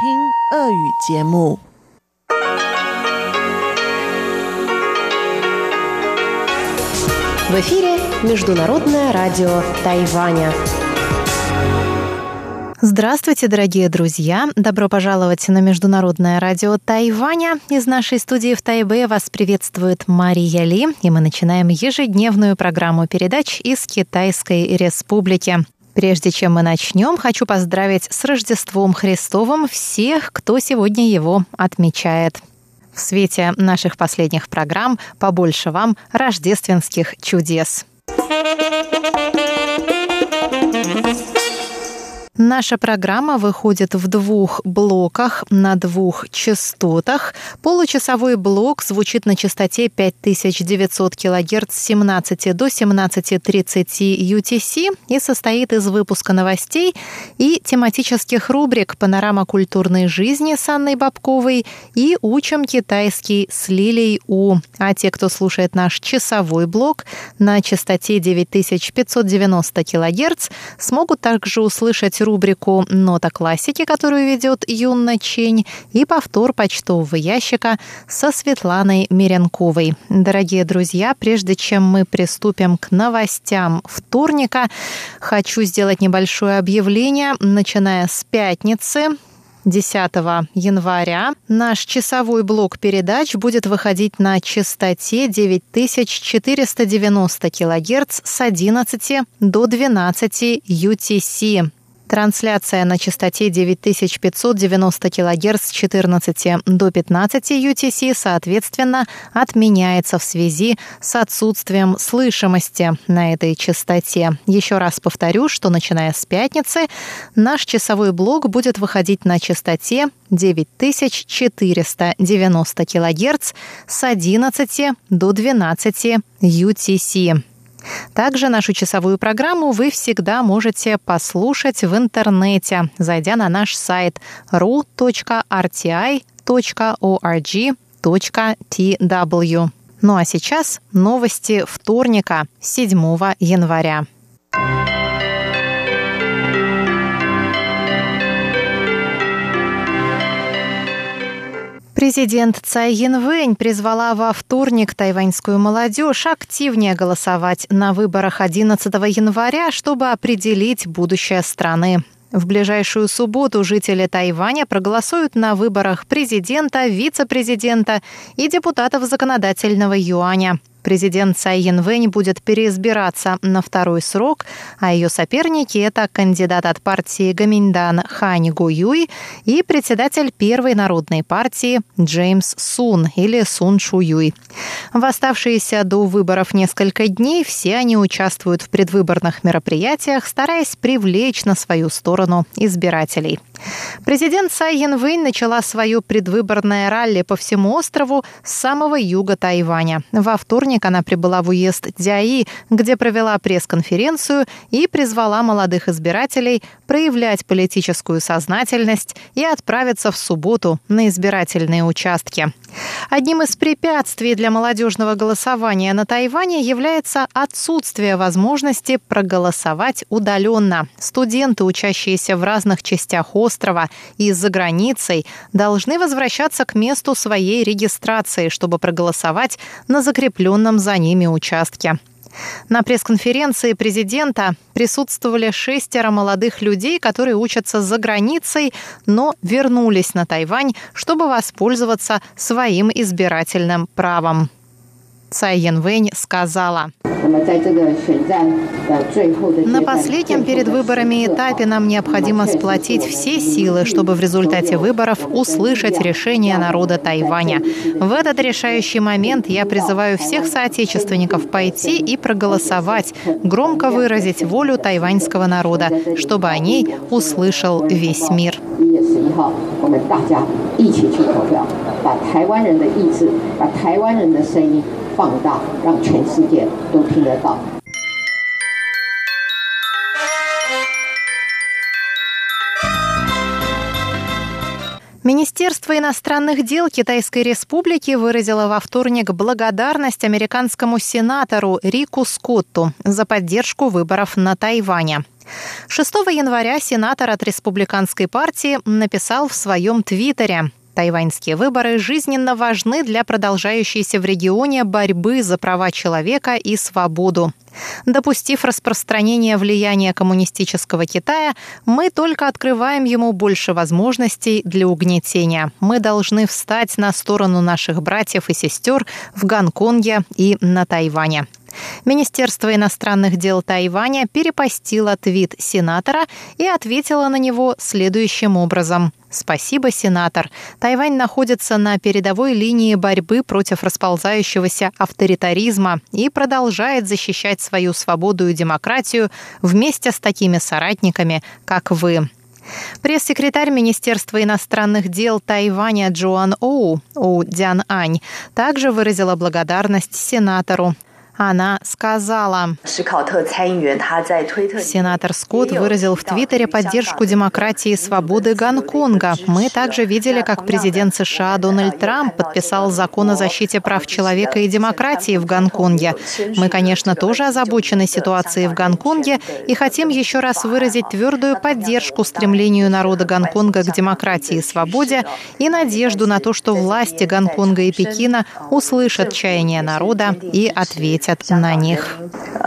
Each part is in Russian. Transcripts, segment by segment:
听俄语节目。 В эфире Международное радио Тайваня. Здравствуйте, дорогие друзья! Добро пожаловать на Международное радио Тайваня. Из нашей студии в Тайбэе вас приветствует Мария Ли, и мы начинаем ежедневную программу передач из Китайской Республики. Прежде чем мы начнем, хочу поздравить с Рождеством Христовым всех, кто сегодня его отмечает. В свете наших последних программ побольше вам рождественских чудес. Наша программа выходит в 2 блоках на 2 частотах. Получасовой блок звучит на частоте 5900 кГц с 17 до 17:30 UTC и состоит из выпуска новостей и тематических рубрик «Панорама культурной жизни» с Анной Бабковой и «Учим китайский» с Лилией У. А те, кто слушает наш часовой блок на частоте 9590 кГц, смогут также услышать рубрику «Нота классики», которую ведет Юнна Чень, и повтор почтового ящика со Светланой Меренковой. Дорогие друзья, прежде чем мы приступим к новостям вторника, хочу сделать небольшое объявление. Начиная с пятницы, 10 января, наш часовой блок передач будет выходить на частоте 9490 кГц с 11 до 12 UTC. Трансляция на частоте 9590 кГц с 14 до 15 UTC, соответственно, отменяется в связи с отсутствием слышимости на этой частоте. Еще раз повторю, что начиная с пятницы наш часовой блок будет выходить на частоте 9490 кГц с 11 до 12 UTC. Также нашу часовую программу вы всегда можете послушать в интернете, зайдя на наш сайт ru.rti.org.tw. Ну а сейчас новости вторника, 7 января. Президент Цай Янвэнь призвала во вторник тайваньскую молодежь активнее голосовать на выборах 11 января, чтобы определить будущее страны. В ближайшую субботу жители Тайваня проголосуют на выборах президента, вице-президента и депутатов законодательного юаня. Президент Цай Янвэнь будет переизбираться на 2-й срок, а ее соперники – это кандидат от партии Гоминьдан Хань Гуюй и председатель Первой народной партии Джеймс Сун или Сун Шуюй. В оставшиеся до выборов несколько дней все они участвуют в предвыборных мероприятиях, стараясь привлечь на свою сторону избирателей. Президент Цай Янвэнь начала свое предвыборное ралли по всему острову с самого юга Тайваня. Во вторник она прибыла в уезд Дзяи, где провела пресс-конференцию и призвала молодых избирателей проявлять политическую сознательность и отправиться в субботу на избирательные участки. Одним из препятствий для молодежного голосования на Тайване является отсутствие возможности проголосовать удаленно. Студенты, учащиеся в разных частях острова и за границей, должны возвращаться к месту своей регистрации, чтобы проголосовать на закрепленном за ними участке. На пресс-конференции президента присутствовали 6 молодых людей, которые учатся за границей, но вернулись на Тайвань, чтобы воспользоваться своим избирательным правом. Цай Янвэнь сказала: «На последнем перед выборами этапе нам необходимо сплотить все силы, чтобы в результате выборов услышать решение народа Тайваня. В этот решающий момент я призываю всех соотечественников пойти и проголосовать, громко выразить волю тайваньского народа, чтобы о ней услышал весь мир». Министерство иностранных дел Китайской Республики выразило во вторник благодарность американскому сенатору Рику Скотту за поддержку выборов на Тайване. 6 января сенатор от Республиканской партии написал в своем твиттере: «Тайваньские выборы жизненно важны для продолжающейся в регионе борьбы за права человека и свободу. Допустив распространение влияния коммунистического Китая, мы только открываем ему больше возможностей для угнетения. Мы должны встать на сторону наших братьев и сестер в Гонконге и на Тайване». Министерство иностранных дел Тайваня перепостило твит сенатора и ответило на него следующим образом: «Спасибо, сенатор. Тайвань находится на передовой линии борьбы против расползающегося авторитаризма и продолжает защищать свою свободу и демократию вместе с такими соратниками, как вы». Пресс-секретарь Министерства иностранных дел Тайваня Джоан Оу Дзян Ань также выразила благодарность сенатору. Она сказала: «Сенатор Скотт выразил в Твиттере поддержку демократии и свободы Гонконга. Мы также видели, как президент США Дональд Трамп подписал закон о защите прав человека и демократии в Гонконге. Мы, конечно, тоже озабочены ситуацией в Гонконге и хотим еще раз выразить твердую поддержку стремлению народа Гонконга к демократии и свободе и надежду на то, что власти Гонконга и Пекина услышат чаяния народа и ответят на них».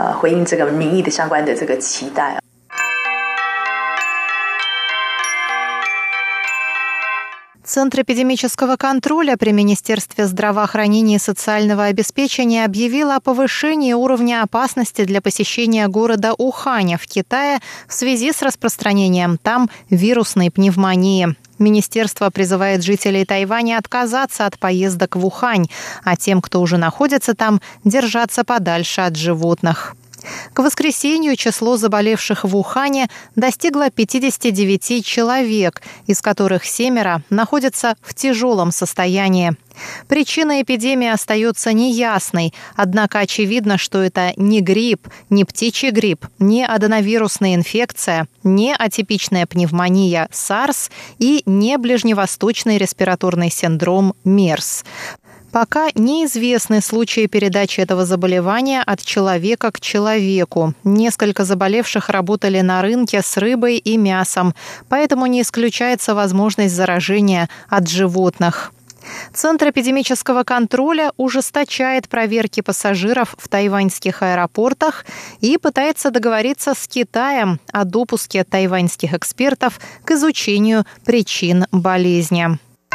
Центр эпидемического контроля при Министерстве здравоохранения и социального обеспечения объявил о повышении уровня опасности для посещения города Уханя в Китае в связи с распространением там вирусной пневмонии. Министерство призывает жителей Тайваня отказаться от поездок в Ухань, а тем, кто уже находится там, держаться подальше от животных. К воскресенью число заболевших в Ухане достигло 59 человек, из которых 7 находятся в тяжелом состоянии. Причина эпидемии остается неясной, однако очевидно, что это не грипп, не птичий грипп, не аденовирусная инфекция, не атипичная пневмония SARS и не ближневосточный респираторный синдром МЕРС. Пока неизвестны случаи передачи этого заболевания от человека к человеку. Несколько заболевших работали на рынке с рыбой и мясом, поэтому не исключается возможность заражения от животных. Центр эпидемического контроля ужесточает проверки пассажиров в тайваньских аэропортах и пытается договориться с Китаем о допуске тайваньских экспертов к изучению причин болезни.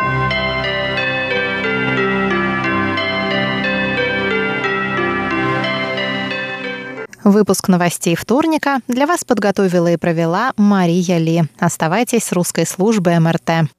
Выпуск новостей вторника для вас подготовила и провела Мария Ли. Оставайтесь с русской службой МРТ.